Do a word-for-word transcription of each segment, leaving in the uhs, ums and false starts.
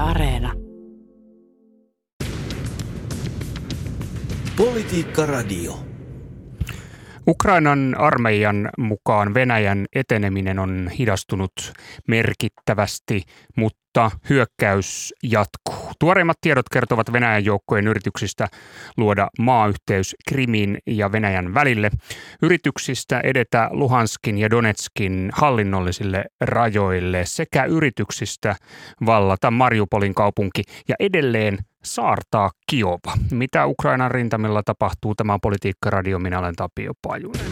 Areena. Politiikka Radio. Ukrainan armeijan mukaan Venäjän eteneminen on hidastunut merkittävästi, mutta hyökkäys jatkuu. Tuoreimmat tiedot kertovat Venäjän joukkojen yrityksistä luoda maayhteys Krimin ja Venäjän välille, yrityksistä edetä Luhanskin ja Donetskin hallinnollisille rajoille sekä yrityksistä vallata Mariupolin kaupunki ja edelleen saartaa Kiova. Mitä Ukrainan rintamilla tapahtuu? Tämä on Politiikka Radio. Minä olen Tapio Pajunen.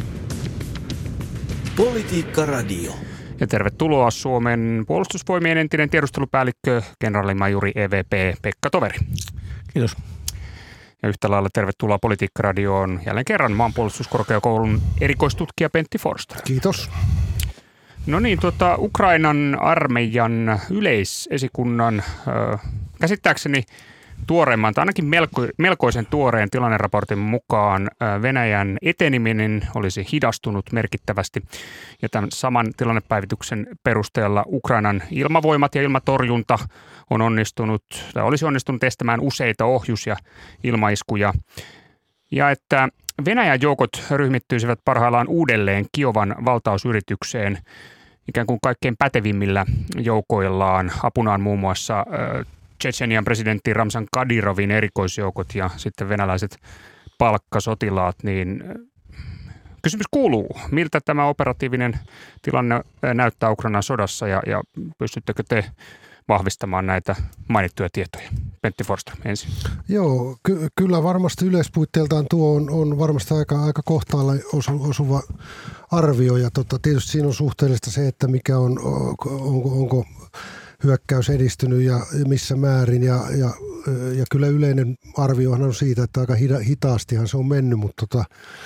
Politiikka Radio. Ja tervetuloa Suomen puolustusvoimien entinen tiedustelupäällikkö, kenraalimajuri E V P Pekka Toveri. Kiitos. Ja yhtä lailla tervetuloa Politiikka Radioon jälleen kerran maanpuolustuskorkeakoulun erikoistutkija Pentti Forster. Kiitos. No niin, tuota, Ukrainan armeijan yleisesikunnan äh, käsittääkseni tuoreimman, tai ainakin melko, melkoisen tuoreen tilanneraportin mukaan Venäjän eteneminen olisi hidastunut merkittävästi. Ja tämän saman tilannepäivityksen perusteella Ukrainan ilmavoimat ja ilmatorjunta on onnistunut, tai olisi onnistunut estämään useita ohjus- ja ilmaiskuja. Ja että Venäjän joukot ryhmittyisivät parhaillaan uudelleen Kiovan valtausyritykseen ikään kuin kaikkein pätevimmillä joukoillaan, apunaan muun muassa Tšetšenian presidentti Ramzan Kadyrovin erikoisjoukot ja sitten venäläiset palkkasotilaat, niin kysymys kuuluu, miltä tämä operatiivinen tilanne näyttää Ukrainan sodassa ja, ja pystyttekö te vahvistamaan näitä mainittuja tietoja? Pentti Forster ensin. Joo, ky- kyllä varmasti yleispuitteiltaan tuo on, on varmasti aika, aika kohtaalle osu, osuva arvio ja tota, tietysti siinä on suhteellista se, että mikä on, onko, onko hyökkäys edistynyt ja missä määrin ja, ja, ja kyllä yleinen arviohan on siitä, että aika hitaastihan se on mennyt, mutta tota,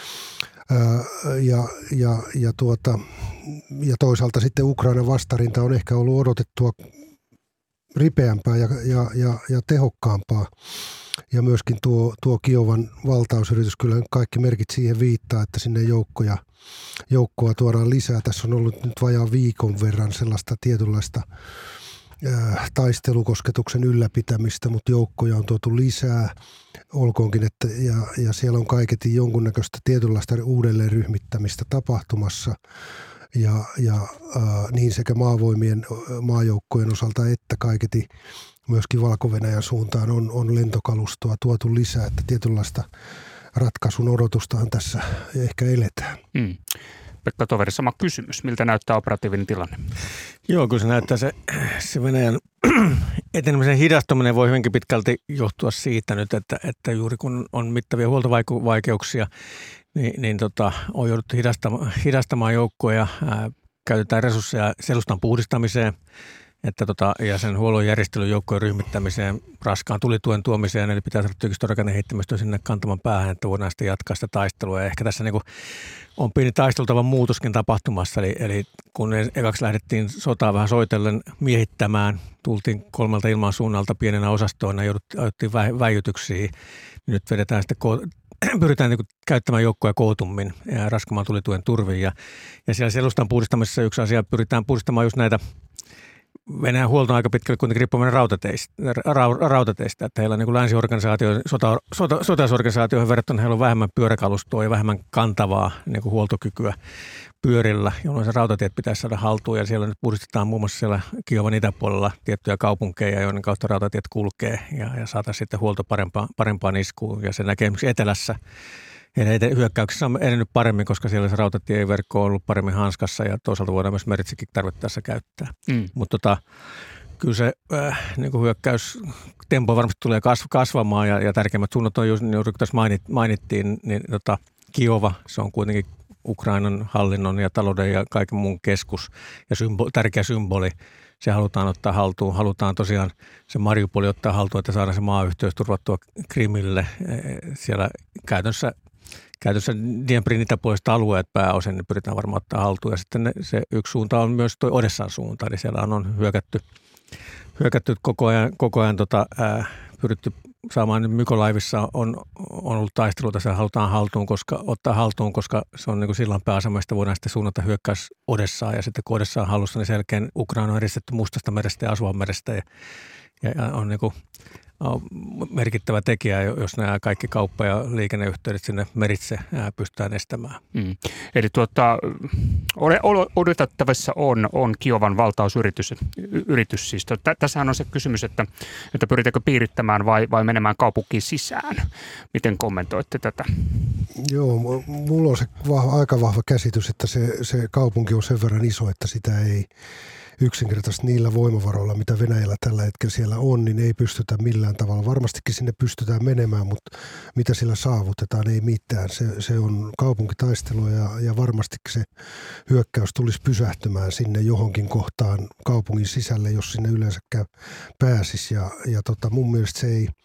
ja, ja, ja, tuota, ja toisaalta sitten Ukrainan vastarinta on ehkä ollut odotettua ripeämpää ja, ja, ja, ja tehokkaampaa. Ja myöskin tuo, tuo Kiovan valtausyritys, kyllä kaikki merkit siihen viittaa, että sinne joukkoja, joukkoa tuodaan lisää. Tässä on ollut nyt vajaan viikon verran sellaista tietynlaista äh, taistelukosketuksen ylläpitämistä, mutta joukkoja on tuotu lisää. Olkoonkin, että ja, ja siellä on kaiketi jonkunnäköistä tietynlaista uudelleen ryhmittämistä tapahtumassa. Ja, ja äh, niin sekä maavoimien maajoukkojen osalta että kaiketi myöskin Valko-Venäjän suuntaan on, on lentokalustoa tuotu lisää, että tietynlaista ratkaisun odotustahan tässä ehkä eletään. Mm. Pekka Toveri, sama kysymys. Miltä näyttää operatiivinen tilanne? Joo, kyllä se näyttää se, se Venäjän etenemisen hidastuminen voi hyvinkin pitkälti johtua siitä nyt, että, että juuri kun on mittavia huoltovaikeuksia, niin, niin tota, on jouduttu hidastamaan, hidastamaan joukkoja, ää, käytetään resursseja selustan puhdistamiseen että tota, ja sen huollon järjestelyn joukkojen ryhmittämiseen, raskaan tulituen tuomiseen, eli pitää saada tykistörakenteen heittämistä sinne kantaman päähän, että voidaan sitten jatkaa sitä taistelua. Ja ehkä tässä niin kuin on pieni taisteltava muutoskin tapahtumassa, eli, eli kun ekaksi lähdettiin sotaa vähän soitellen miehittämään, tultiin kolmelta ilmansuunnalta pienenä osastoina, jouduttiin väijytyksiin, niin nyt vedetään sitten ko- pyritään niin kuin käyttämään joukkoja kootummin ja raskamaan tulituen turviin. Ja, ja siellä selustan puhdistamisessa yksi asia, pyritään puhdistamaan just näitä Venäjän huolto on aika pitkälle kuitenkin riippuvainen rautateistä, ra, rautateistä, että heillä on niin länsiorganisaatio, sota, sota, sotilasorganisaatioihin verrattuna heillä on vähemmän pyöräkalustoa ja vähemmän kantavaa niin kuin huoltokykyä pyörillä, jolloin se rautatiet pitäisi saada haltuun. Ja siellä nyt puhdistetaan muun muassa siellä Kiovan itäpuolella tiettyjä kaupunkeja, joiden kautta rautatiet kulkee ja, ja saataisiin sitten huolto parempaan, parempaan iskuun. Ja se näkee esimerkiksi etelässä. Heidän hyökkäyksessä on edennyt paremmin, koska siellä se rautatieverkko on ollut paremmin hanskassa ja toisaalta voidaan myös meritsikin tarvittaessa käyttää. Mm. Mutta tota, kyllä se äh, niin kuin hyökkäystempo varmasti tulee kasv- kasvamaan ja, ja tärkeimmät suunnat on juuri, juuri kun tässä mainit, mainittiin, niin tota, Kiova, se on kuitenkin Ukrainan hallinnon ja talouden ja kaiken muun keskus ja symbo- tärkeä symboli. Se halutaan ottaa haltuun. Halutaan tosiaan se Mariupoli ottaa haltuun, että saadaan se maayhteys turvattua Krimille. Siellä käytännössä Käytössä Dnieprin itäpuoliset alueet pääosin niin pyritään varmaan ottaa haltuun. Ja sitten ne, se yksi suunta on myös tuo Odessan suunta, eli siellä on hyökätty, hyökätty koko ajan, koko ajan tota, ää, pyritty saamaan. Mykolaivissa on, on ollut taisteluita, se halutaan haltuun, koska, ottaa haltuun, koska se on niin kuin sillan pääasemasta, voidaan sitten suunnata hyökkäys Odessaan. Ja sitten kun Odessa on hallussa, niin sen jälkeen Ukraina on eristetty Mustasta merestä ja Asuvanmerestä. Ja, ja, ja on niin kuin on merkittävä tekijä, jos nämä kaikki kauppa- ja liikenneyhteydet sinne meritse pystytään estämään. Mm. Eli tuota, odotettavissa on, on Kiovan valtausyritys. Yritys siis. Tässähän on se kysymys, että, että pyritäänkö piirittämään vai, vai menemään kaupunkiin sisään. Miten kommentoitte tätä? Joo, mulla on se vahva, aika vahva käsitys, että se, se kaupunki on sen verran iso, että sitä ei yksinkertaisesti niillä voimavaroilla, mitä Venäjällä tällä hetkellä siellä on, niin ei pystytä millään tavalla. Varmastikin sinne pystytään menemään, mutta mitä sillä saavutetaan, ei mitään. Se, se on kaupunkitaistelu ja, ja varmastikin se hyökkäys tulisi pysähtymään sinne johonkin kohtaan kaupungin sisälle, jos sinne yleensäkään pääsisi. Ja, ja tota, mun mielestä se ei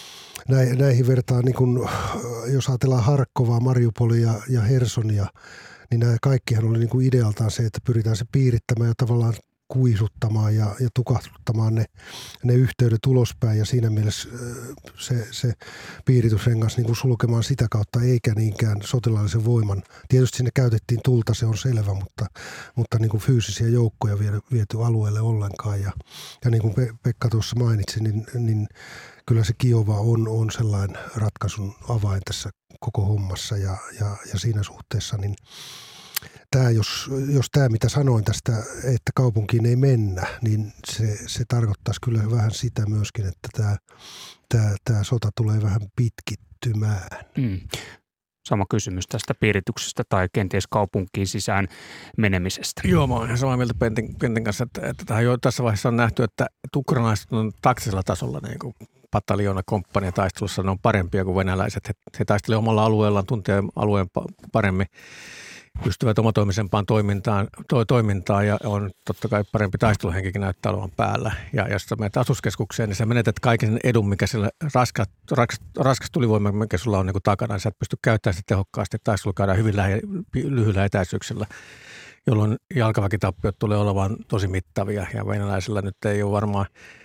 näihin vertaan, niin kun, jos ajatellaan Harkkovaa, Mariupolia ja Hersonia, niin nämä kaikkihan oli niin kuin idealtaan se, että pyritään se piirittämään ja tavallaan kuisuttamaan ja, ja tukahtuttamaan ne, ne yhteydet ulospäin ja siinä mielessä se, se piiritysrengas niin kuin sulkemaan sitä kautta eikä niinkään sotilaallisen voiman. Tietysti sinne käytettiin tulta, se on selvä, mutta, mutta niin kuin fyysisiä joukkoja viety, viety alueelle ollenkaan ja, ja niin kuin Pekka tuossa mainitsi, niin, niin kyllä se Kiova on, on sellainen ratkaisun avain tässä koko hommassa ja, ja, ja siinä suhteessa niin tämä, jos, jos tämä, mitä sanoin tästä, että kaupunkiin ei mennä, niin se, se tarkoittaisi kyllä vähän sitä myöskin, että tämä, tämä, tämä sota tulee vähän pitkittymään. Mm. Sama kysymys tästä piirityksestä tai kenties kaupunkiin sisään menemisestä. Joo, mä olen samaa mieltä Pentin, Pentin kanssa, että, että tähän jo tässä vaiheessa on nähty, että ukrainalaiset on taktisella tasolla niin kuin pataljoona, komppania taistelussa, ne on parempia kuin venäläiset. He, he taistelevat omalla alueellaan, tuntee alueen paremmin, pystyvät omatoimisempaan toimintaan, to, toimintaan ja on totta kai parempi taisteluhenkikin näyttää olevan päällä. Ja jos sä menet asuskeskukseen, niin sä menetät kaiken sen edun, mikä sillä raskas, raskas, raskas tulivoima, mikä sulla on niin kuin takana, niin sä et pysty käyttämään sitä tehokkaasti. Taistelu käydään hyvin lähe, lyhyillä etäisyyksillä, jolloin jalkaväkitappiot tulee olemaan tosi mittavia ja venäläisillä nyt ei ole varmaan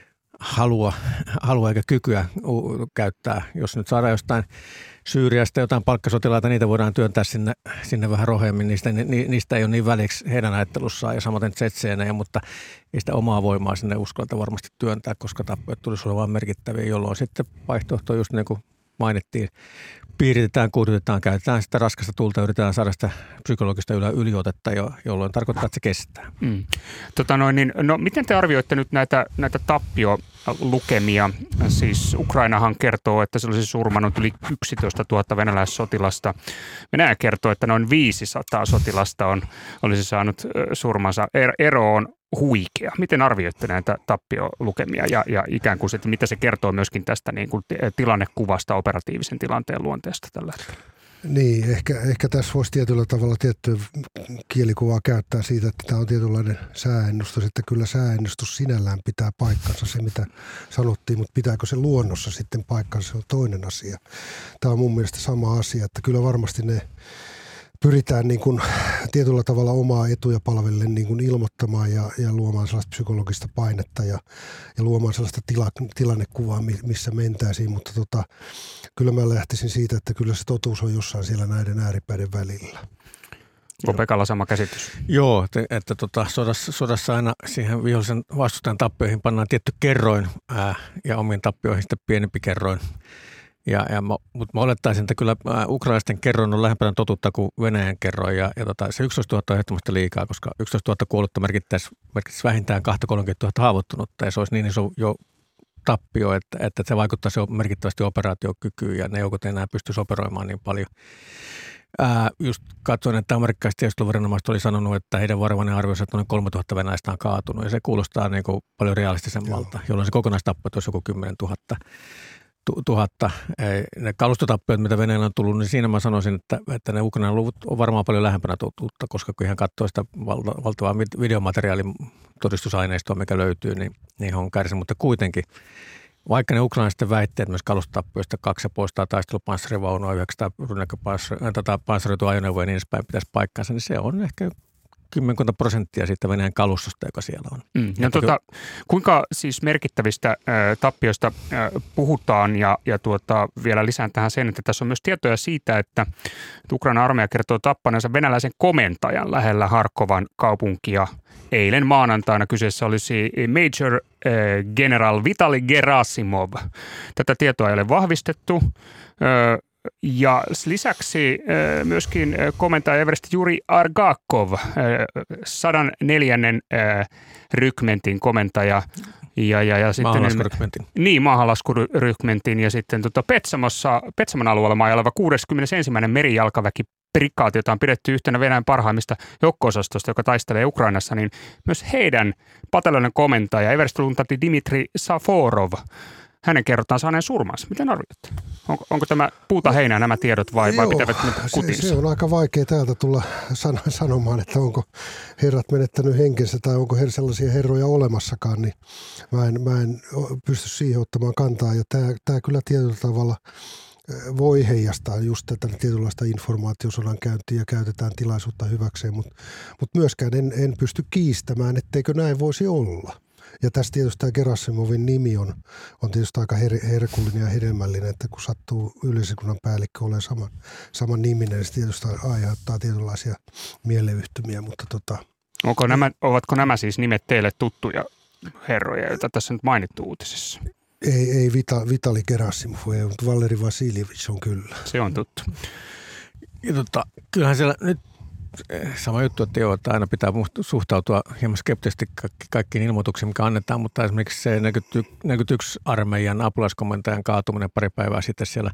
halua, halua eikä kykyä käyttää. Jos nyt saadaan jostain Syyriasta jotain palkkasotilaita, niitä voidaan työntää sinne, sinne vähän rohemmin. Niistä, ni, niistä ei ole niin väliksi heidän ajattelussaan ja samaten tsetseenejä, mutta ei sitä omaa voimaa sinne uskalleta varmasti työntää, koska tappiot tulisi olemaan merkittäviä, jolloin sitten vaihtoehto just niin kuin mainittiin, piiritetään, kuudutetaan, käytetään sitä raskasta tulta, yritetään saada sitä psykologista yliotetta, jolloin tarkoittaa, että se kestää. Mm. Tota noin, niin, no, miten te arvioitte nyt näitä, näitä tappiolukemia? Siis Ukrainahan kertoo, että se olisi surmannut yli yksitoistatuhatta venäläissotilasta. Venäjä kertoo, että noin viisisataa sotilasta on, olisi saanut surmansa. Ero on huikea. Miten arvioitte näitä tappiolukemia ja, ja ikään kuin se, että mitä se kertoo myöskin tästä niin kuin tilannekuvasta, operatiivisen tilanteen luonteesta tällä hetkellä? Niin, ehkä, ehkä tässä voisi tietyllä tavalla tiettyä kielikuvaa käyttää siitä, että tämä on tietynlainen sääennustus, että kyllä sääennustus sinällään pitää paikkansa se, mitä sanottiin, mutta pitääkö se luonnossa sitten paikkansa, se on toinen asia. Tämä on mun mielestä sama asia, että kyllä varmasti ne pyritään niin kuin tietyllä tavalla omaa etuja palvellen niin kuin ilmoittamaan ja, ja luomaan sellaista psykologista painetta ja, ja luomaan sellaista tila, tilannekuvaa, missä mentäisiin. Mutta tota, kyllä mä lähtisin siitä, että kyllä se totuus on jossain siellä näiden ääripäiden välillä. Onko Pekalla sama käsitys? Joo, että, että tota, sodassa, sodassa aina siihen vihollisen vastustajan tappioihin pannaan tietty kerroin ää, ja omiin tappioihin sitten pienempi kerroin. Ja, ja mä, mutta mä olettaisin, että kyllä ukrainalaisten kerroin on lähempänä totuutta kuin Venäjän kerroin. Ja, ja tota, se yksitoistatuhatta on ehdottomasti liikaa, koska yksitoistatuhatta kuollutta merkittäisi, merkittäisi vähintään kaksikymmentä-kolmekymmentätuhatta haavoittunutta. Ja se olisi niin iso jo tappio, että, että se vaikuttaisi merkittävästi operaatiokykyyn ja ne joukot ei enää pystyisi operoimaan niin paljon. Ää, just katsoin, että amerikkalaiset tiedusteluviranomaiset oli sanonut, että heidän varovainen arvioisi, että noin kolmetuhatta venäläistä on kaatunut. Ja se kuulostaa niin kuin paljon realistisemmalta, jolloin se kokonaistappo olisi joku kymmenentuhatta. tuhatta. Ne kalustotappiot, mitä Venäjällä on tullut, niin siinä mä sanoisin, että, että ne Ukrainan luvut on varmaan paljon lähempänä totuutta, koska kun ihan katsoo sitä valta, valtavaa videomateriaalin todistusaineistoa, mikä löytyy, niin, niin on kärsin. Mutta kuitenkin, vaikka ne ukrainalaisten väitteet myös kalustotappioista, kaksi poistaa taistelupanssarivaunua, yhdeksänsataa rynnäkköpanssarioitua ajoneuvoja ja niin edespäin pitäisi paikkansa, niin se on ehkä kymmenkunta prosenttia siitä Venäjän kalustosta, joka siellä on. Mm. No, tuota, kuinka siis merkittävistä äh, tappioista äh, puhutaan ja, ja tuota, vielä lisään tähän sen, että tässä on myös tietoja siitä, että Ukrainan armeija kertoo tappaneensa venäläisen komentajan lähellä Harkovan kaupunkia. Eilen maanantaina kyseessä olisi Major äh, General Vitali Gerasimov. Tätä tietoa ei ole vahvistettu. Äh, Ja lisäksi myöskin komentaja Eversti Juri Argakov, sata neljä rykmentin komentaja. Ja, ja, ja sitten, maahanlaskurykmentin. Niin, maahanlaskurykmentin ja sitten tuota Petsamossa, Petsamon alueella maa oleva kuudeskymmenesensimmäinen merijalkaväki prikaati, jota on pidetty yhtenä Venäjän parhaimmista joukko-osastosta, joka taistelee Ukrainassa, niin myös heidän pataljonan komentaja everstiluntati Dimitri Saforov, hänen kerrotaan saaneen surmansa. Miten arvioitte? Onko, onko tämä puuta heinää nämä tiedot vai, vai pitävät ne kutinsa? Se, se on aika vaikea täältä tulla san, sanomaan, että onko herrat menettänyt henkensä tai onko her, sellaisia herroja olemassakaan, niin mä en, mä en pysty siihen ottamaan kantaa. Ja tämä, tämä kyllä tietyllä tavalla voi heijastaa just tätä tietynlaista informaatiosodan käyntiä ja käytetään tilaisuutta hyväkseen, mutta, mutta myöskään en, en pysty kiistämään, etteikö näin voisi olla. Ja tässä tietysti tämä Gerasimovin nimi on, on tietysti aika her, herkullinen ja hedelmällinen, että kun sattuu yleisesikunnan päällikkö olemaan saman, saman niminen, niin se tietysti aiheuttaa tietynlaisia mieleyhtymiä, mutta tota... Onko nämä, ovatko nämä siis nimet teille tuttuja herroja, joita tässä nyt mainittu uutisissa? Ei, ei Vita, Vitali Gerasimov, ei, mutta Valeri Vasiljevich on kyllä. Se on tuttu. Ja tota, kyllähän siellä nyt sama juttu, että joo, että aina pitää suhtautua hieman skeptisesti kaikkiin ilmoituksiin, mikä annetaan, mutta esimerkiksi se neljäkymmentäyksi armeijan apulaiskomentajan kaatuminen pari päivää sitten siellä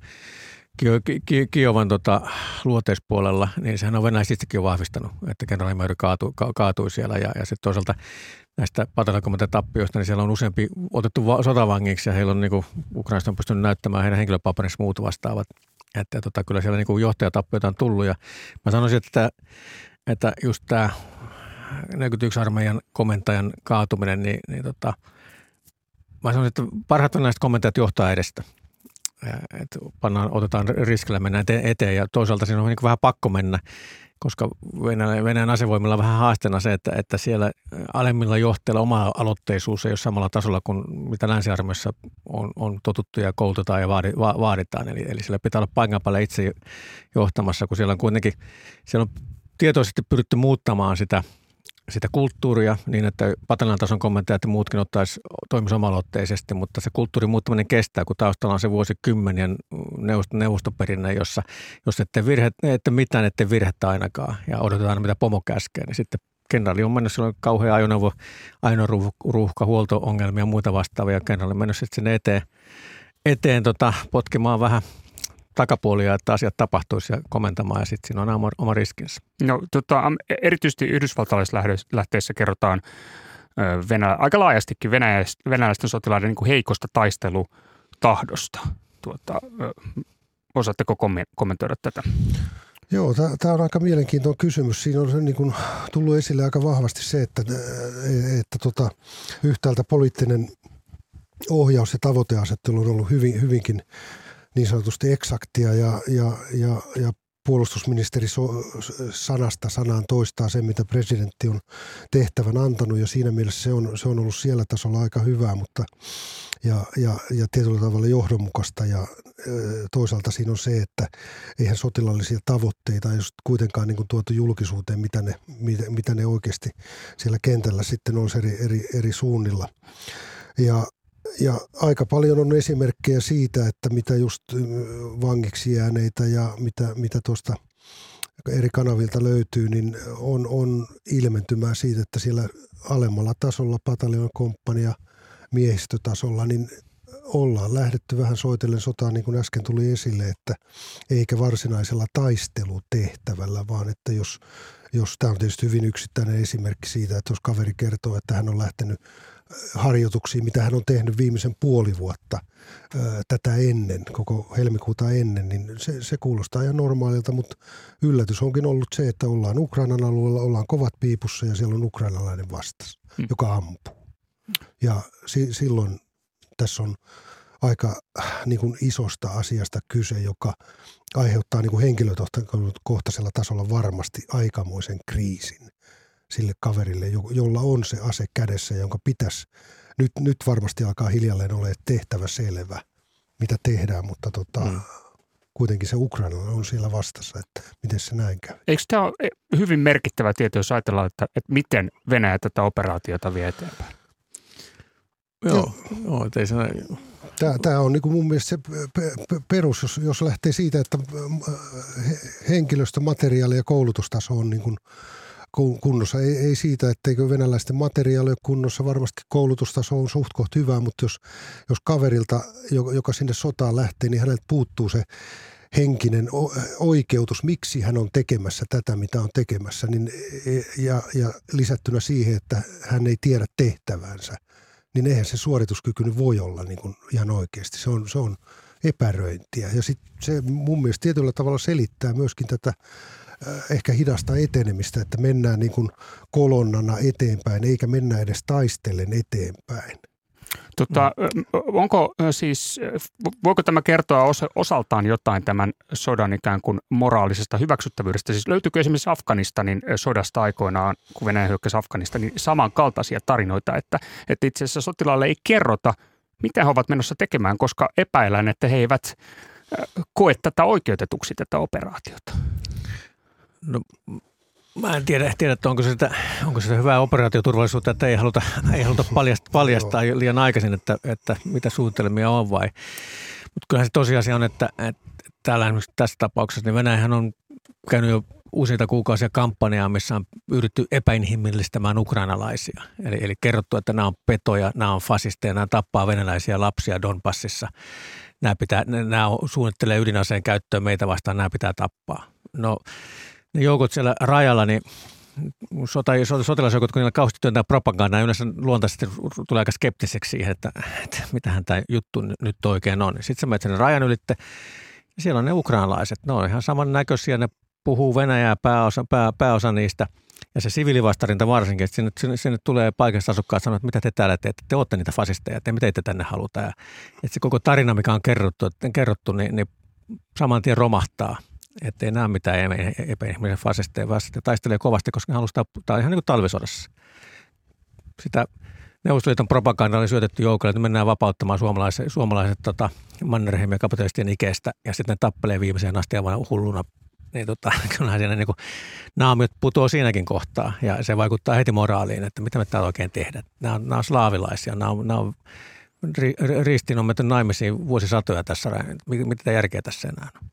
Kiovan tota, luoteispuolella, niin sehän on venäläiset itsekin jo vahvistanut, että kenraalimäyri kaatui, kaatui siellä ja, ja sitten toisaalta näistä pataljonkomentajan tappioista, niin siellä on useampi otettu va- sotavangiksi ja heillä on niin Ukrainasta on pystynyt näyttämään heidän henkilöpaperinsa muut vastaavat. Että tota, kyllä siellä niin johtajatappioita on tullut ja mä sanoisin, että, että just tämä neljäkymmentäyksi armeijan komentajan kaatuminen, niin, niin tota, mä sanoisin, että parhaat venäläiset komentajat johtaa edestä. Että pannaan, otetaan riskillä, mennään eteen ja toisaalta siinä on niin vähän pakko mennä, koska Venäjän, Venäjän asevoimilla on vähän haasteena se, että, että siellä alemmilla johtajilla oma aloitteisuus ei ole samalla tasolla kuin mitä länsiarmeijassa on, on totuttu ja koulutetaan ja vaadi, va, vaaditaan. Eli, eli siellä pitää olla paikan päällä itse johtamassa, kun siellä on kuitenkin, siellä on tietoisesti pyritty muuttamaan sitä, sitä kulttuuria niin, että pataljonan tason komentajat ja muutkin ottaisi toimisi oma-aloitteisesti, mutta se kulttuurin muuttaminen kestää, kun taustalla on se vuosikymmenien neuvostoperinne, jossa jos ette, virhe, ette mitään, ette virhettä ainakaan ja odotetaan mitä pomo käskee, niin sitten kenraali on mennyt silloin kauhean ajoneuvo, ajoruuhka, huolto-ongelmia ja muita vastaavia. Kenraali on mennyt sitten sinne eteen, eteen tota, potkimaan vähän takapuolia, että asiat tapahtuisi ja komentamaan ja sitten siinä on oma, oma riskinsä. No tota, erityisesti yhdysvaltalaislähteissä kerrotaan Venäjä, aika laajastikin venäläisten, venäläisten sotilaiden niin kuin heikosta taistelutahdosta. Tuota, osaatteko kommentoida tätä? Joo, tämä on aika mielenkiintoinen kysymys. Siinä on niin kuin tullut esille aika vahvasti se, että, että tota, yhtäältä poliittinen ohjaus ja tavoiteasettelu on ollut hyvin, hyvinkin niin sanotusti eksaktia ja, ja, ja, ja puolustusministeri so, sanasta sanaan toistaa sen, mitä presidentti on tehtävän antanut ja siinä mielessä se on, se on ollut siellä tasolla aika hyvää, mutta ja, ja, ja tietyllä tavalla johdonmukaista ja toisaalta siinä on se, että eihän sotilaallisia tavoitteita ei kuitenkaan niin kuin tuotu julkisuuteen, mitä ne, mitä, mitä ne oikeasti siellä kentällä sitten on eri, eri, eri suunnilla. Ja Ja aika paljon on esimerkkejä siitä, että mitä just vangiksi jääneitä ja mitä, mitä tuosta eri kanavilta löytyy, niin on, on ilmentymää siitä, että siellä alemmalla tasolla, pataljonan komppania miehistötasolla, niin ollaan lähdetty vähän soitellen sotaan, niin kuin äsken tuli esille, että eikä varsinaisella taistelutehtävällä, vaan että jos, jos tämä on tietysti hyvin yksittäinen esimerkki siitä, että jos kaveri kertoo, että hän on lähtenyt harjoituksiin, mitä hän on tehnyt viimeisen puoli vuotta ää, tätä ennen, koko helmikuuta ennen, niin se, se kuulostaa ihan normaalilta, mutta yllätys onkin ollut se, että ollaan Ukrainan alueella, ollaan kovat piipussa ja siellä on ukrainalainen vastas, hmm. joka ampuu. Ja si, silloin tässä on aika niin kuin isosta asiasta kyse, joka aiheuttaa niin kuin henkilökohtaisella tasolla varmasti aikamoisen kriisin sille kaverille, jolla on se ase kädessä, jonka pitäisi, nyt, nyt varmasti alkaa hiljalleen olla tehtävä selvä, mitä tehdään, mutta tota, mm. kuitenkin se Ukraina on siellä vastassa, että miten se näin käy. Eikö tämä ole hyvin merkittävä tieto, jos ajatellaan, että, että miten Venäjä tätä operaatiota vie eteenpäin? Joo, joo ei se näin. Tämä, tämä on niin kuin mun mielestä se perus, jos, jos lähtee siitä, että henkilöstö, materiaali ja koulutustaso on niin kuin kunnossa. Ei, ei siitä, etteikö venäläisten materiaali ole kunnossa, varmasti koulutustaso on suht koht hyvä, mutta jos, jos kaverilta, joka sinne sotaan lähtee, niin häneltä puuttuu se henkinen oikeutus, miksi hän on tekemässä tätä, mitä on tekemässä, niin, ja, ja lisättynä siihen, että hän ei tiedä tehtävänsä, niin eihän se suorituskyky nyt voi olla niin kuin ihan oikeasti. Se on, se on epäröintiä. Ja sitten se mun mielestä tietyllä tavalla selittää myöskin tätä äh, ehkä hidasta etenemistä, että mennään niin kuin kolonnana eteenpäin, eikä mennä edes taistellen eteenpäin. Tota, onko siis, voiko tämä kertoa osaltaan jotain tämän sodan ikään kuin moraalisesta hyväksyttävyydestä? Siis löytyykö esimerkiksi Afganistanin sodasta aikoinaan, kun Venäjä hyökkäsi Afganistanin, samankaltaisia tarinoita, että, että itse asiassa sotilaalle ei kerrota, mitä he ovat menossa tekemään, koska epäillään, että he eivät koe tätä oikeutetuksi, tätä operaatiota? No, mä en tiedä, tiedä että onko se, sitä, onko se hyvää operaatioturvallisuutta, että ei haluta, ei haluta paljastaa, paljastaa liian aikaisin, että, että mitä suunnitelmia on vai. Mutta kyllähän se tosiasia on, että, että täällä esimerkiksi tässä tapauksessa niin Venäjähän on käynyt jo useita kuukausia kampanjaa, missä on yritetty epäinhimillistämään ukrainalaisia. Eli, eli kerrottu, että nämä on petoja, nämä on fasisteja, nämä tappaa venäläisiä lapsia Donbassissa. Nämä, pitää, nämä suunnittelee ydinaseen käyttöön meitä vastaan, nämä pitää tappaa. No ne joukot siellä rajalla, niin sota, sotilasjoukot, kun niillä kauheasti työntää propagandaa, niin yleensä luontaisesti tulee aika skeptiseksi siihen, että, että mitähän tämä juttu nyt oikein on. Sitten sä menet sen rajan ylitte, ja siellä on ne ukrainalaiset. Ne on ihan samannäköisiä, ne puhuu venäjää pääosa, pää, pääosa niistä, ja se siviilivastarinta varsinkin, että sinne, sinne, sinne tulee paikasta asukkaat sanoa, että mitä te täällä teette, te olette niitä fasisteja, että mitä te tänne halutaan. Että se koko tarina, mikä on kerrottu, kerrottu niin, niin saman tien romahtaa. Että ei näe mitään epäihmisen fasisteja, vaan sitten taistelee kovasti, koska ne haluaa, tämä on ihan niin kuin talvisodassa. Sitä Neuvostoliiton propaganda oli syötetty joukolle, että mennään vapauttamaan suomalaiset, suomalaiset tota, Mannerheim ja kapitalistien ikeestä, ja sitten ne tappelee viimeiseen asti ja vaan hulluna. Niin tota, kyllähän siinä niin kuin naamiot putoaa siinäkin kohtaa, ja se vaikuttaa heti moraaliin, että mitä me täällä oikein tehdään. Nämä on, nämä on slaavilaisia, nämä on, nämä on ri, ristiin on menty naimisiin vuosisatoja tässä, mitä järkeä tässä enää on.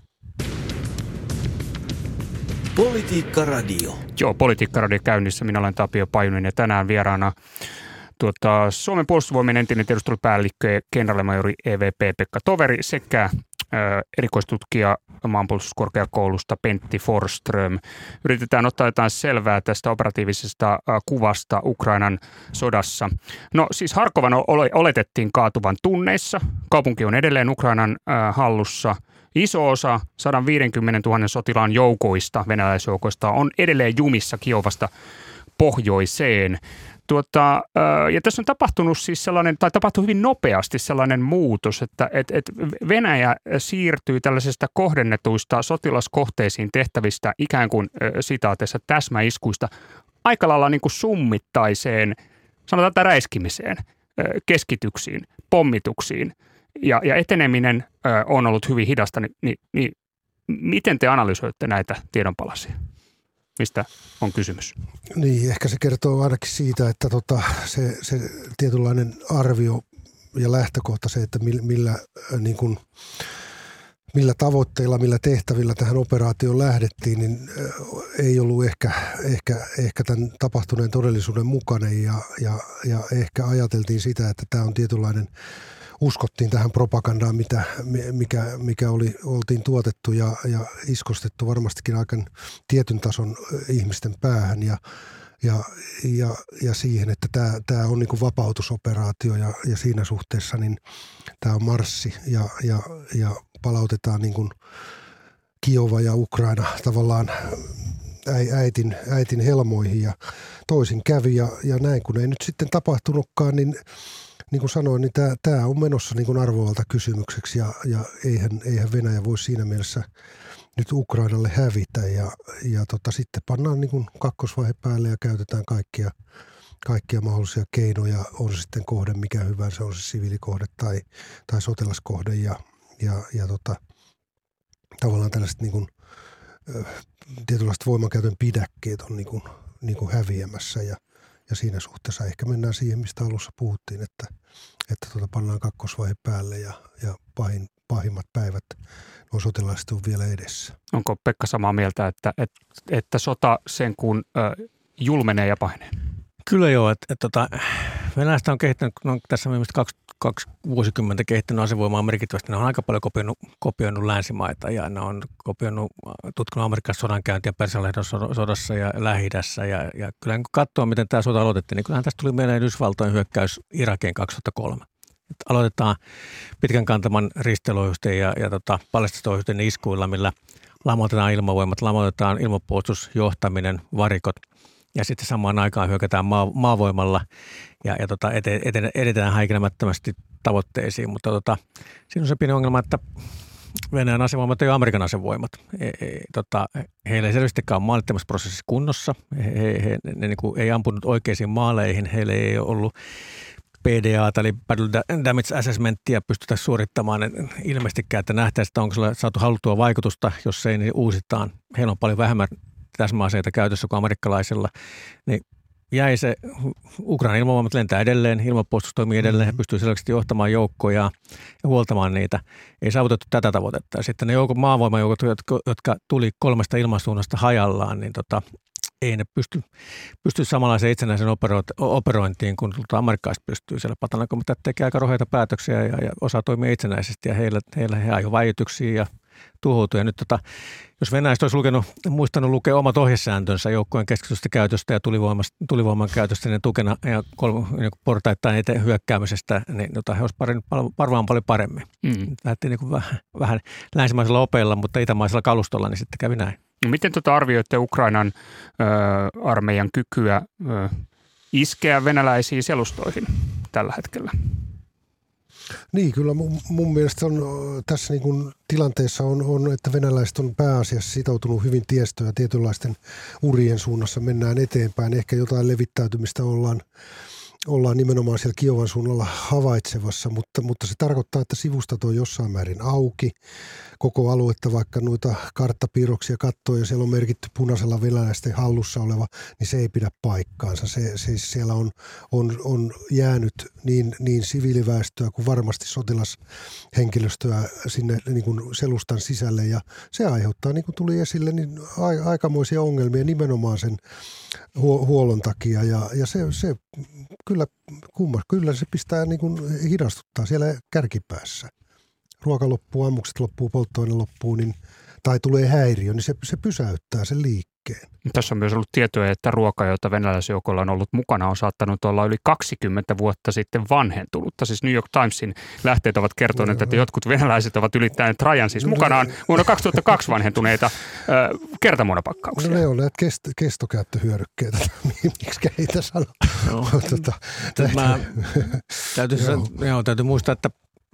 Politiikka Radio. Joo, Politiikka Radio käynnissä. Minä olen Tapio Pajunen ja tänään vieraana tuota, Suomen puolustusvoimien entinen tiedustelupäällikkö, kenraalimajori E V P Pekka Toveri sekä ä, erikoistutkija maanpuolustuskorkeakoulusta Pentti Forsström. Yritetään ottaa jotain selvää tästä operatiivisesta ä, kuvasta Ukrainan sodassa. No siis Harkovan oletettiin kaatuvan tunneissa. Kaupunki on edelleen Ukrainan ä, hallussa. Iso osa sata viisikymmentätuhatta sotilaan joukoista, venäläisjoukoista, on edelleen jumissa Kiovasta pohjoiseen. Tuota, ja tässä on tapahtunut siis sellainen, tai tapahtui hyvin nopeasti sellainen muutos, että et, et Venäjä siirtyy tällaisesta kohdennetuista sotilaskohteisiin tehtävistä ikään kuin sitaateissa täsmäiskuista aika lailla niin kuin summittaiseen, sanotaan tätä räiskimiseen, keskityksiin, pommituksiin. Ja, ja eteneminen ö, on ollut hyvin hidasta, niin, niin, niin miten te analysoitte näitä tiedonpalasia? Mistä on kysymys? Niin, ehkä se kertoo ainakin siitä, että tota, se, se tietynlainen arvio ja lähtökohta se, että millä, millä, äh, niin kuin, millä tavoitteilla, millä tehtävillä tähän operaatioon lähdettiin, niin äh, ei ollut ehkä, ehkä, ehkä tämän tapahtuneen todellisuuden mukainen ja, ja, ja ehkä ajateltiin sitä, että tämä on tietynlainen uskottiin tähän propagandaan, mitä, mikä, mikä oli, oltiin tuotettu ja, ja iskostettu varmastikin aika tietyn tason ihmisten päähän ja, ja, ja, ja siihen, että tämä, tämä on niin kuin vapautusoperaatio ja, ja siinä suhteessa niin tämä on marssi ja, ja, ja palautetaan niin kuin Kiova ja Ukraina tavallaan äitin, äitin helmoihin ja toisin kävi ja, ja näin kun ei nyt sitten tapahtunutkaan, niin niin kuin sanoin, niin tämä, tämä on menossa niin kuin arvovalta kysymykseksi ja, ja eihän, eihän Venäjä voi siinä mielessä nyt Ukrainalle hävitä ja, ja tota, sitten pannaan niin kuin kakkosvaihe päälle ja käytetään kaikkia, kaikkia mahdollisia keinoja, on se sitten kohde mikä hyvänsä, on se siviilikohde tai, tai sotilaskohde ja, ja, ja tota, tavallaan tällaiset niin kuin, tietynlaiset voimankäytön pidäkkeet on niin kuin, niin kuin häviämässä ja, ja siinä suhteessa ehkä mennään siihen, mistä alussa puhuttiin, että, että tuota pannaan kakkosvaihe päälle ja, ja pahin, pahimmat päivät on sotilaisesti on vielä edessä. Onko Pekka samaa mieltä, että, että, että sota sen kun ö, julmenee ja pahenee? Kyllä joo, että, että, että Venäjästä on kehittänyt, no tässä on kaksi, kaksi vuosikymmentä kehittänyt asevoimaa merkittävästi. Ne on aika paljon kopioinut, kopioinut länsimaita ja ne on kopioinut, tutkinut amerikkalaisen sodankäyntiä Persianlahden sodassa ja Lähi-idässä. Ja, ja kyllä kun katsoo, miten tämä sota aloitettiin, niin kyllähän tästä tuli meidän Yhdysvaltojen hyökkäys Irakiin kaksituhattakolme. Että aloitetaan pitkän kantaman risteilyohjusten ja, ja tota, palestistoihjusten iskuilla, millä lamautetaan ilmavoimat, lamautetaan ilmapuolustusjohtaminen, varikot. Ja sitten samaan aikaan hyökätään maa, maavoimalla ja, ja tota, ete, ete, edetään häikäilemättömästi tavoitteisiin. Mutta tota, siinä on se pieni ongelma, että Venäjän asevoimat ei ole Amerikan asevoimat. E, e, tota, heillä ei selvästikään ole maalittamisprosessi kunnossa. He, he, he ne niin kuin ei ampunut oikeisiin maaleihin. Heillä ei ole ollut P D A eli Battle Damage Assessmentia pystytä suorittamaan ilmeisestikään, että nähtäisiin, että onko sillä saatu haluttua vaikutusta, jos ei niin uusitaan. Heillä on paljon vähemmän täsmäaseita käytössä kuin amerikkalaisilla, niin jäi se, Ukrainan ilmavoimat lentää edelleen, ilmapuolustus toimii edelleen, he pystyy selvästi johtamaan joukkoja ja huoltamaan niitä. Ei saavutettu tätä tavoitetta. Ja sitten ne joukot, maavoimajoukot, jotka, jotka tuli kolmesta ilmansuunnasta hajallaan, niin tota, ei ne pysty, pysty samanlaiseen itsenäisen operointiin, kun amerikkalaiset pystyy. Siellä Patanakomitat tekee aika rohjeita päätöksiä ja, ja osaa toimia itsenäisesti ja heillä, heillä he ajoi väijytyksiä ja tuhoutuu. Ja nyt tota, jos Venäjästä olisi lukenut, muistanut lukea omat ohjesääntönsä joukkojen keskitystä käytöstä ja tulivoiman käytöstä niin tukena ja niin portaittain eteen hyökkäämisestä, niin tota, he olisivat varmaan paljon paremmin. Mm. Lähti niin kuin vähän, vähän länsimaisella opeilla, mutta itämaisella kalustolla, niin sitten kävi näin. Miten tuota arvioitte Ukrainan ö, armeijan kykyä ö, iskeä venäläisiin selustoihin tällä hetkellä? Niin, kyllä mun, mun mielestä on, tässä niin kuin tilanteessa on, on, että venäläiset on pääasiassa sitoutunut hyvin tiestöön ja tietynlaisten urien suunnassa mennään eteenpäin. Ehkä jotain levittäytymistä ollaan, ollaan nimenomaan siellä Kiovan suunnalla havaitsevassa, mutta, mutta se tarkoittaa, että sivustat on jossain määrin auki. Koko aluetta, vaikka noita karttapiirroksia katsoo ja siellä on merkitty punaisella venäläisten hallussa oleva, niin se ei pidä paikkaansa. Se, se siellä on, on, on jäänyt niin, niin siviiliväestöä kuin varmasti sotilashenkilöstöä sinne niin kuin selustan sisälle ja se aiheuttaa, niin kuin tuli esille, niin a, aikamoisia ongelmia nimenomaan sen huollon takia ja, ja se, se kyllä, kumma, kyllä se pistää niin kuin hidastuttaa siellä kärkipäässä. Ruoka loppuu, ammukset loppuu, polttoaine loppuu, niin, tai tulee häiriö, niin se, se pysäyttää sen liikkeen. Tässä on myös ollut tietoja, että ruoka, jota venäläisjoukolla on ollut mukana, on saattanut olla yli kaksikymmentä vuotta sitten vanhentunutta. Siis New York Timesin lähteet ovat kertoneet, no, että jotkut venäläiset ovat ylittäneet rajan, siis no, mukanaan vuonna kaksituhattakaksi vanhentuneita äh, kertamuonapakkauksia. No ne on näitä kest- kestokäyttöhyödykkeitä, miksi niitä sanoa. No. tota, Mä, täytyy, joo, täytyy muistaa, että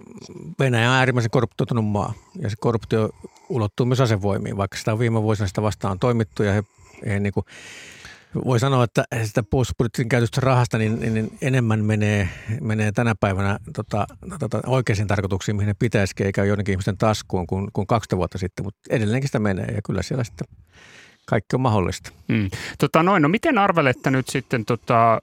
Venäjä on äärimmäisen korruptoitunut maa ja se korruptio ulottuu myös asevoimiin, vaikka sitä on viime vuosina sitä vastaan toimittu ja he, he niin kuin, voi sanoa, että sitä puolustusbudjetin käytöstä rahasta niin, niin enemmän menee, menee tänä päivänä tota, tota, oikeisiin tarkoituksiin, mihin ne pitäisikin, eikä joidenkin ihmisten taskuun kuin, kuin kaksitoista vuotta sitten, mutta edelleenkin sitä menee ja kyllä siellä sitten kaikki on mahdollista. Mm. Tota noin, no miten arvelette nyt sitten tota,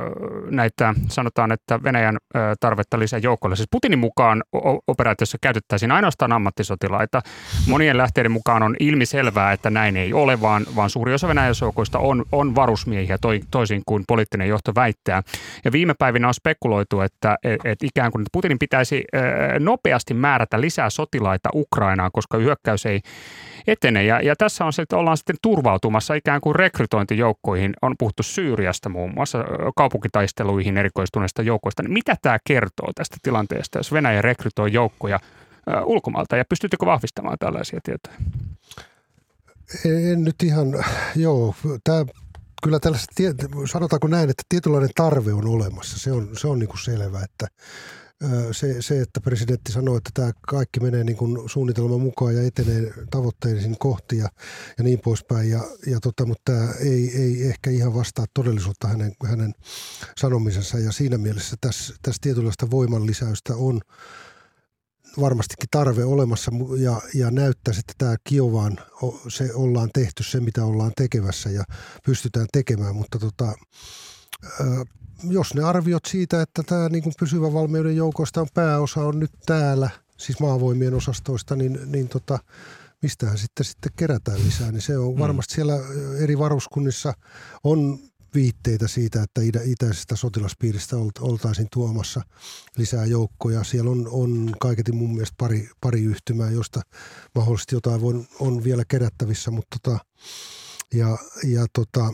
näitä, sanotaan, että Venäjän tarvetta lisää joukkoille? Siis Putinin mukaan operaatiossa käytettäisiin ainoastaan ammattisotilaita. Monien lähteiden mukaan on ilmiselvää, että näin ei ole, vaan, vaan suuri osa Venäjän joukoista on, on varusmiehiä toi, toisin kuin poliittinen johto väittää. Ja viime päivinä on spekuloitu, että et ikään kuin Putinin pitäisi nopeasti määrätä lisää sotilaita Ukrainaan, koska hyökkäys ei etene. Ja, ja tässä on se, että ollaan sitten turvautumassa ikään kuin rekrytointijoukkoihin. On puhuttu Syyriasta muun muassa kaupunkitaisteluihin erikoistuneista joukoista. Mitä tämä kertoo tästä tilanteesta, jos Venäjä rekrytoi joukkoja ä, ulkomailta? Ja pystyttekö vahvistamaan tällaisia tietoja? En nyt ihan, joo. Tämä kyllä tällaiset, sanotaanko näin, että tietynlainen tarve on olemassa. Se on, se on niin kuin selvä, että se, se, että presidentti sanoo, että tämä kaikki menee niin kuin suunnitelman mukaan ja etenee tavoitteisiin kohti ja, ja niin poispäin. Ja, ja tota, mutta tämä ei, ei ehkä ihan vastaa todellisuutta hänen, hänen sanomisensa ja siinä mielessä tässä, tässä tietynlaista voimanlisäystä on varmastikin tarve olemassa ja, ja näyttäisi, että tämä Kiovaan se ollaan tehty se, mitä ollaan tekevässä ja pystytään tekemään, mutta tota, ää, jos ne arviot siitä, että tämä niin kuin pysyvän valmiuden joukoista on pääosa on nyt täällä, siis maavoimien osastoista, niin, niin tota, mistähän sitten, sitten kerätään lisää, niin se on varmasti siellä eri varuskunnissa on viitteitä siitä, että itä, itäisestä sotilaspiiristä oltaisiin tuomassa lisää joukkoja. Siellä on, on kaiketin mun mielestä pari, pari yhtymää, josta mahdollisesti jotain on, on vielä kerättävissä, mutta tota, ja, ja tota,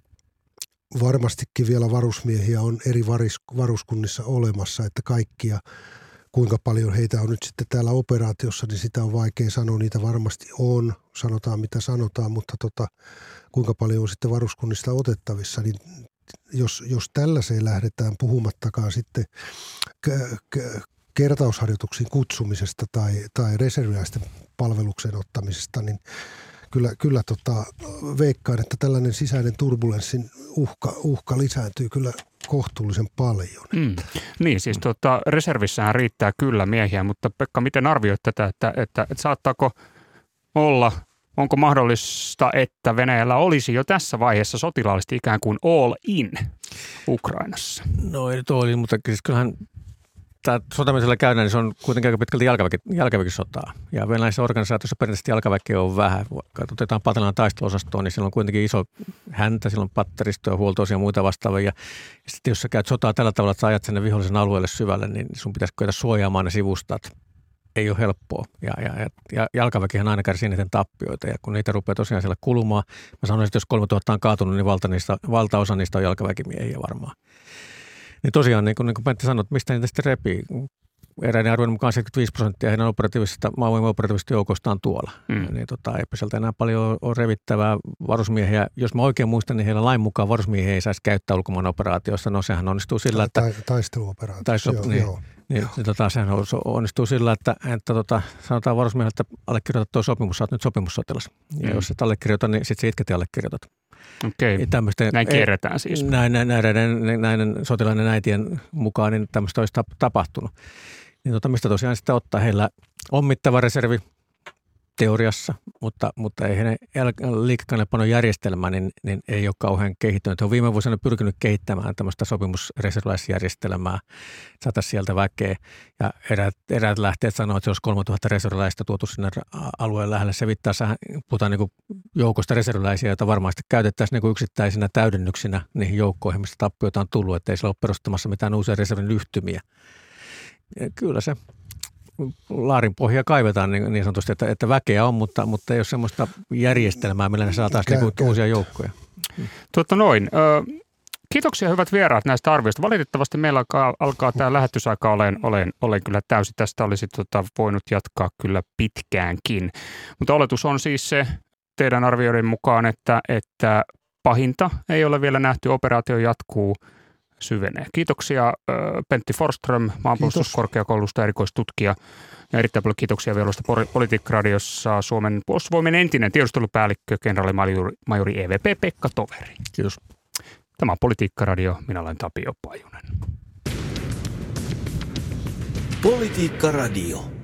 varmastikin vielä varusmiehiä on eri varis, varuskunnissa olemassa, että kaikkia, kuinka paljon heitä on nyt sitten täällä operaatiossa, niin sitä on vaikea sanoa, niitä varmasti on, sanotaan mitä sanotaan, mutta tota, kuinka paljon on sitten varuskunnista otettavissa, niin jos, jos tällaiseen lähdetään puhumattakaan sitten k- k- kertausharjoituksiin kutsumisesta tai, tai reserviläisten palveluksen ottamisesta, niin kyllä, kyllä tota, veikkaan, että tällainen sisäinen turbulenssin uhka, uhka lisääntyy kyllä kohtuullisen paljon. Mm. Niin, siis tota, reservissähän riittää kyllä miehiä, mutta Pekka, miten arvioit tätä, että, että, että saattaako olla, onko mahdollista, että Venäjällä olisi jo tässä vaiheessa sotilaallisesti ikään kuin all in Ukrainassa? No ei nyt oli, mutta kyllähän tämä sota, mitä käydään, niin se on kuitenkin aika pitkälti jalkaväki, jalkaväkisotaa. Ja venäläisessä organisaatiossa perinteisesti jalkaväkeä on vähän. Katsotaan Patalan taisteluosastoon, niin siellä on kuitenkin iso häntä, siellä on patteristoja, huoltoisia ja muita vastaavia. Ja sitten jos sä käyt sotaa tällä tavalla, että sä ajat sinne vihollisen alueelle syvälle, niin sun pitäisi kyetä suojaamaan ne sivustat. Ei ole helppoa. Ja, ja, ja jalkaväkihän aina kärsii niiden tappioita. Ja kun niitä rupeaa tosiaan siellä kulumaan, mä sanoisin, että jos kolmetuhatta on kaatunut, niin valta niistä, valtaosa niistä on jalkaväkimiehiä varmaan. Niin tosiaan, niin kuin, niin kuin Pentti sanoi, että mistä niitä sitten repii? Eräiden arvioiden mukaan seitsemänkymmentäviisi prosenttia heidän operatiivisista, maavoimien operatiivisista joukoista on tuolla. Mm. Niin tota, eipä sieltä enää paljon ole revittävää varusmiehiä. Jos mä oikein muistan, niin heillä lain mukaan varusmiehiä ei saisi käyttää ulkomaan operaatiossa. No sehän onnistuu sillä, että... Ta- taisteluoperaatiossa, taisto, joo. Niin, joo. Niin, niin, tota, sehän onnistuu sillä, että, että tota, sanotaan varusmiehelle, että allekirjoita tuo sopimus, sä oot nyt sopimussotilas. Ja mm. jos et allekirjoita, niin sitten sä itket ja allekirjoitat. Okei, näin kierretään siis. Näin, näin, näiden, näiden sotilaiden äitien mukaan niin tämmöistä olisi tapahtunut. Niin tota, mistä tosiaan sitä ottaa? Heillä on mittava reservi teoriassa, mutta, mutta ei heidän liikekannallepanon järjestelmä niin, niin ei ole kauhean kehittynyt. He on viime vuosina pyrkinyt kehittämään tämmöistä sopimusreserviläisjärjestelmää, saataisiin sieltä väkeä. Ja eräät, eräät lähteet sanoo, että se olisi kolmetuhatta reserviläistä tuotu sinne alueen lähelle. Se viittaa, puhutaan niin kuin joukosta reserviläisiä, joita varmasti käytettäisiin niin kuin yksittäisinä täydennyksinä niihin joukkoihin, mistä tappioita on tullut, ettei sillä ole perustamassa mitään uusia reservin yhtymiä. Ja kyllä se laarin pohja kaivetaan niin, niin sanotusti, että, että väkeä on, mutta, mutta ei ole semmoista järjestelmää, millä ne saataisiin niinku uusia joukkoja. Totta noin. Ö, kiitoksia hyvät vieraat näistä arvioista. Valitettavasti meillä alkaa, alkaa tämä lähetysaika olen, olen, olen kyllä täysin. Tästä olisi tota, voinut jatkaa kyllä pitkäänkin. Mutta oletus on siis se teidän arvioiden mukaan, että, että pahinta ei ole vielä nähty, operaatio jatkuu, syvenee. Kiitoksia Pentti Forsström, maanpuolustuskorkeakoulusta erikoistutkija, ja erittäin paljon kiitoksia vierailusta Politiikka-radiossa Suomen puolustusvoimien entinen tiedustelupäällikkö, kenraali-majori E V P Pekka Toveri. Kiitos. Tämä on Politiikka-radio, minä olen Tapio Pajunen. Politiikka-radio.